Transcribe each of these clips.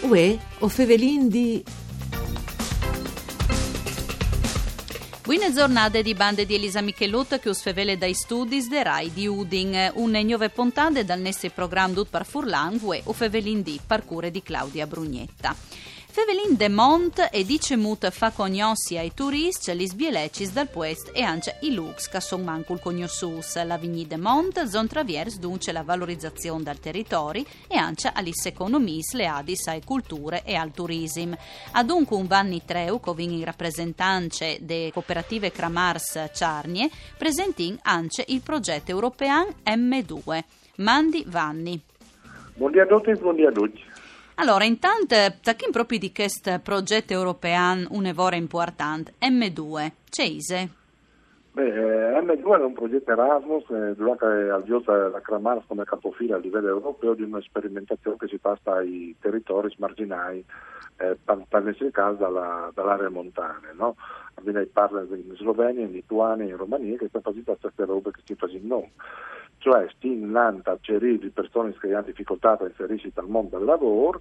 Uè, o fevelin di... Buone giornate di bande di Elisa Michelot che us fevele dai studi de Rai di Udin, un nuove puntate dal nostro programma Dut par Furlan o fevelin di parcure di Claudia Brugnetta. Fevelin de Mont e dice mut fa cognossi ai turisti gli sbielecis dal puest e anche i lux che son mancul cognossus. La Vigny de Mont zon traviers dunque la valorizzazione dal territorio e anche all'is economis le adis ai culture e al turism. Adunque un Vanni Treu, covin in rappresentanze de cooperative Kramars Ciarnie, presentin anche il progetto europeo M2. Mandi Vanni. Buongiorno a tutti. Allora, intanto, tacchim proprio di questo progetto europeo un evore importante, M2, c'è? M2 è un progetto Erasmus, che avviata la Kramars come capofila a livello europeo di una sperimentazione che si passa ai territori marginali, per nel caso dall'area montana, no? Quindi parla in Slovenia, in Lituania, in Romania, che sta facendo queste robe che si fanno noi. Cioè stimolando a cerire persone che hanno difficoltà a inserirsi nel mondo del lavoro,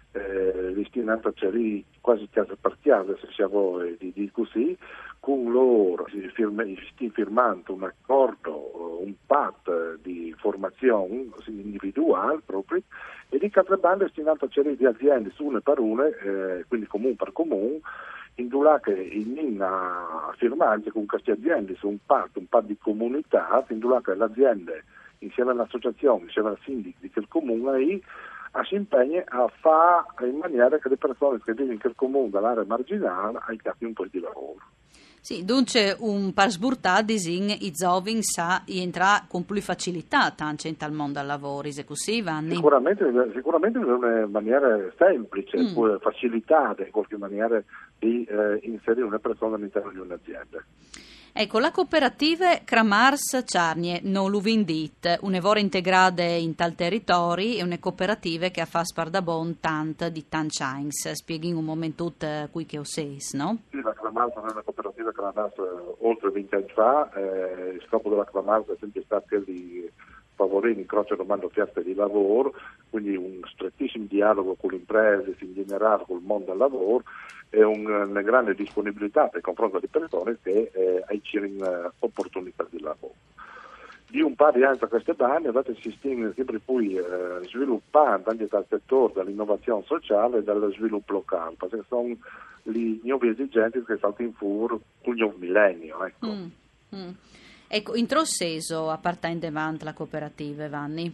li stimolando a cerire quasi case partiale, se si vuole di così, con loro si sta firmando un accordo, un patto di formazione individuale proprio, e di altre bande stimolando a cerire di aziende su una per una, quindi comune per comune, in dove che in a firmare con queste aziende su un patto di comunità, in dove che l'azienda insieme all'associazione, insieme al sindaco di quel comune si impegna a fare in maniera che le persone che vivono in quel comune dall'area marginale abbiano un po' di lavoro. Sì, dunque un par sburtadis i giovani sa entrare con più facilità tanto in tal mondo al lavoro, se così Vanni? Sicuramente in una maniera semplice, facilitata in qualche maniera di inserire una persona all'interno di un'azienda. Ecco, la cooperativa Kramars Ciarnie non l'uvindit, un'evore integrate in tal territori e una cooperativa che ha fa spardabon tant di tanchains. Spieghi un momento qui che ho seis, no? Sì, la Kramars è una cooperativa che è nata oltre 20 anni fa, il scopo della Kramars è sempre stato quello di favorire l'incrocio domanda-offerta di lavoro, quindi un strettissimo dialogo con le imprese, in generale con il mondo del lavoro, e una grande disponibilità per confronto di persone che hanno opportunità di lavoro. Di un paio di anni a queste bande, si stima sempre più sviluppando anche dal settore dell'innovazione sociale e dello sviluppo locale, perché sono le nuove esigenze che saltano in fuori con il nuovo millennio. Ecco. Ecco, in trosseso appartiene davanti la cooperativa, Vanni?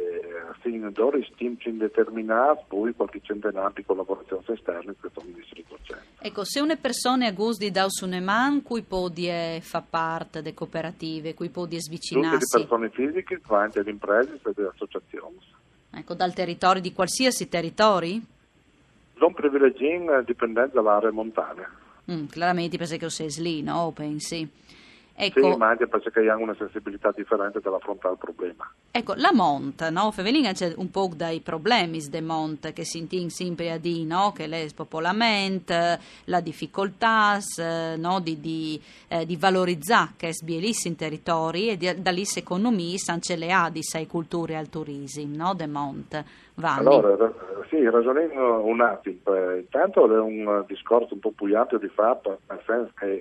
Fin d'ora stiamo indeterminati, poi qualche centinaio di collaborazioni esterne che sono in distretto centro. Ecco, se una persona ha gusto di dare un man, cui può fa parte delle cooperative, cui può svicinarsi? Tutte le persone fisiche, ma anche le imprese e le associazioni. Ecco, dal territorio, di qualsiasi territorio? Non privilegiando dipendenza dall'area montana. Chiaramente perché sei lì, no? Pensi? Ecco, sì, ma anche perché hanno una sensibilità differente dall'affrontare il problema. Ecco, la Mont, no? Fevelina c'è un po' dai problemi de Mont che si intin sempre a dire, no? Che le spopolamento, la difficoltà, no? di valorizzare che sbielissi in territori e da lì economie anche le adis ai culture e al turismo, no? De Mont. Vanni. Allora, sì, ragioniamo un attimo. Intanto è un discorso un po' più ampio di fatto, nel senso che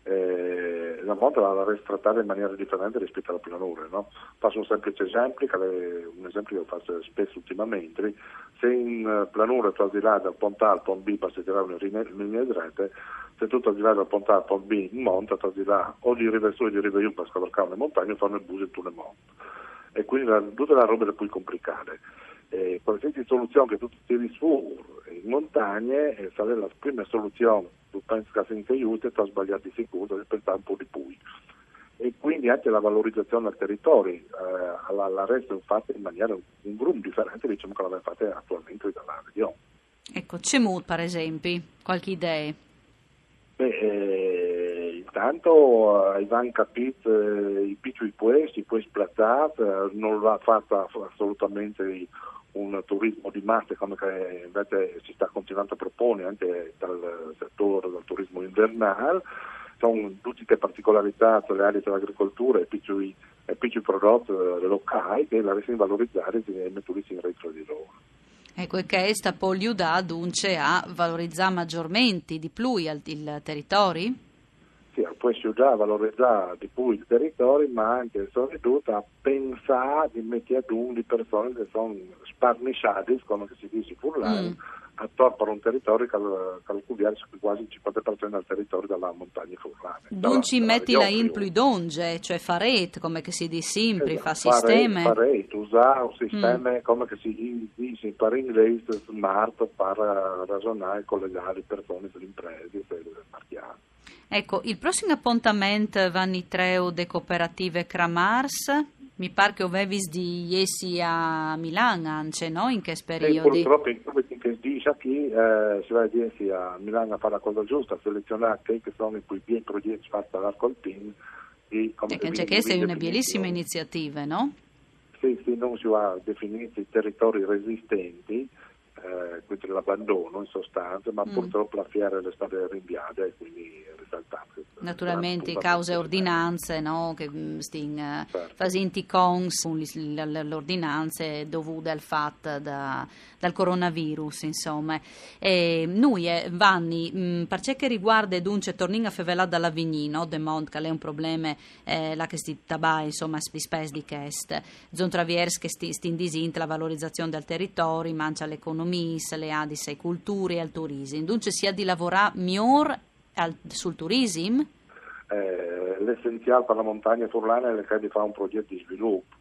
la moda la deve trattare in maniera differente rispetto alla pianura, no? Faccio un semplice esempio, un esempio che faccio spesso ultimamente. Se in pianura tu al di là dal ponte A al ponte B passi a tirare una linea dritta, se tu al di là dal ponte A al ponte B in monta, tu al di là o di riva su o di riva giù per scavalcare una montagna, fanno il buso e tu le monti. E quindi tutta la roba è più complicata. Qualsiasi soluzione che tu tiri su in montagne sarà la prima soluzione, tu pensi che senza aiuto ti ha sbagliato di sicuro, devi pensare un po' di più. E quindi anche la valorizzazione del territorio, la resta è fatta in maniera un gruppo differente, diciamo che l'abbiamo fatta attualmente dalla regione. Ecco, CEMUT per esempio, qualche idea? Intanto abbiamo capito i piccoli puesti splazzati, non l'ha fatta assolutamente un turismo di massa come che invece si sta continuando a proporre anche dal settore del turismo invernale. Sono tutte le particolarità le aree dell'agricoltura e piccoli prodotti locali che la riescono a valorizzare e metterli in retro di loro. Ecco, e che sta poi aiuta dunque a valorizzare maggiormente di più il territorio? Sì, può aiutare a valorizzare di più il territorio, ma anche soprattutto a pensare di mettere ad un di persone che sono sparnisciate, come si dice furlani, attorno a un territorio che calcoliamo quasi il 50% del territorio della montagna furlana. Dunque mettila in più donge, cioè farete, come che si dice sempre, fa sistema. Farete, usare un sistema, come che si dice per inglese, smart, per ragionare e collegare le persone, le imprese e le marchiate. Ecco, il prossimo appuntamento vanno i treo de cooperative Kramars. Mi pare che avevi di essi a Milano, anche, no? In che periodi? Purtroppo in che dice qui si va a dire a Milano a fare la cosa giusta, a selezionare che sono i cui progetti fatti all'arco alpino. E che questa è una bellissima iniziativa, no? Sì, non si va a definire i territori resistenti, quindi l'abbandono in sostanza, ma purtroppo la fiera è stata rinviata e quindi risaltata. Naturalmente cause ordinanze, no? Che facenti cons le ordinanze dovute al fatto dal coronavirus, insomma. E noi vanni per ciò che riguarda dunque tornino a fevelà dalla Vignino, de Mont che è un problema la che sti tabai, insomma, spes di chest zon traviers che sti in disint la valorizzazione del territorio, mancia l'economia, le adis ai culture e al turismo. Dunque sia di lavorare miglior sul turismo? L'essenziale per la montagna furlana è di fare un progetto di sviluppo.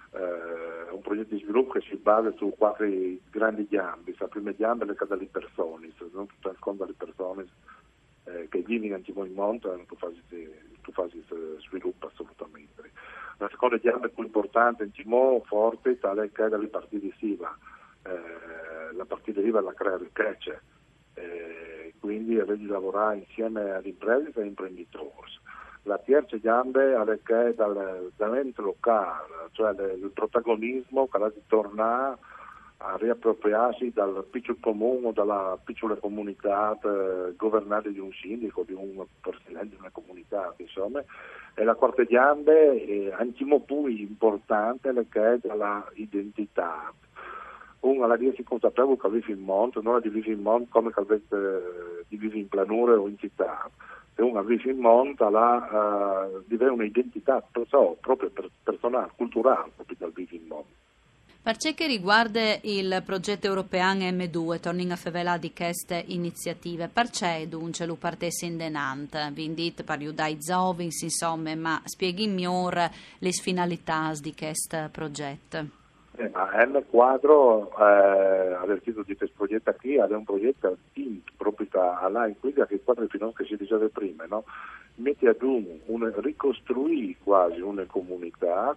Un progetto di sviluppo che si basa su 4 grandi gambe. La prima gamba è quella delle persone, non tutto il conto delle persone che vivono in monte, tu fai sviluppo assolutamente. La seconda gamba più importante in Timò, forte, tale che è dalle partite SIVA. La partita IVA la crea ricchezza, quindi devi lavorare insieme ad imprese e imprenditori. La terza gamba è che dall'ente locale, cioè il protagonismo che ha di tornare a riappropriarsi dal piccolo comune o dalla piccola comunità governata di un sindaco, di un presidente di una comunità, insomma. E la quarta gamba è anche più importante che è dall'identità. Uno la dice consapevole che vive in monte, non la vive in monte come che vive in pianura o in città. Se uno vive in monte, deve un'identità proprio personale, culturale, proprio dal vive in monte. Per ciò che riguarda il progetto europeo M2, tornando a fevelà di queste iniziative, per c'è dunque lo partesse in denant, vindit per aiutare i giovani, insomma, ma spieghi migliore le finalità di questo progetto. Ma M4 al titolo di questo progetto qui è un progetto proprio alla guida che quadro finanza che si diceva prima, no? Mette ad ricostruire quasi una comunità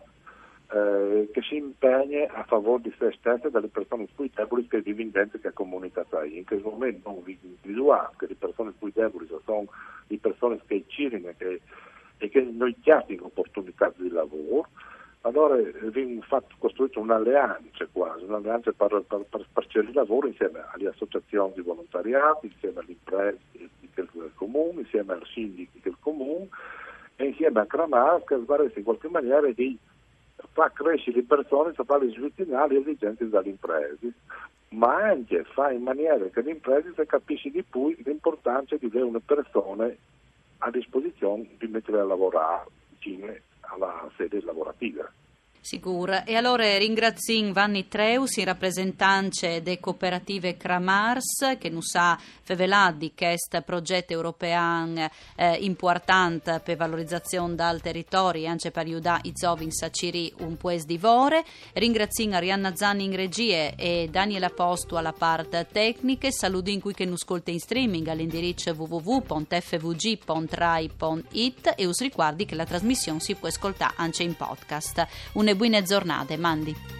che si impegna a favore di se stesse e delle persone più deboli che vivono dentro quella comunità. In questo momento non vi individuare che le persone più deboli sono le persone che circolano e che non hanno opportunità di lavoro. Allora abbiamo costruito un'alleanza per cercare lavoro insieme alle associazioni di volontariato, insieme alle imprese del comune, insieme ai sindaci del comune e insieme a Kramars che sbarra in qualche maniera di far crescere le persone, farle sviluppare le esigenze dalle imprese, ma anche fa in maniera che le imprese si capisci di più l'importanza di avere una persona a disposizione di mettere a lavorare vicino alla sede lavorativa. Sicuro. E allora ringrazio Vanni Treus, in rappresentanza delle cooperative Kramars, che non sa fevelà di questo progetto europeo importante per valorizzazione del territorio e anche per aiutare i giovani a ciri un po' di vore. Ringrazio Arianna Zanni in regie e Daniela Postu alla parte tecnica. Saluto in cui che non ascolta in streaming all'indirizzo www.fvg.rai.it e us ricordi che la trasmissione si può ascoltare anche in podcast. Una buona giornata, Mandi.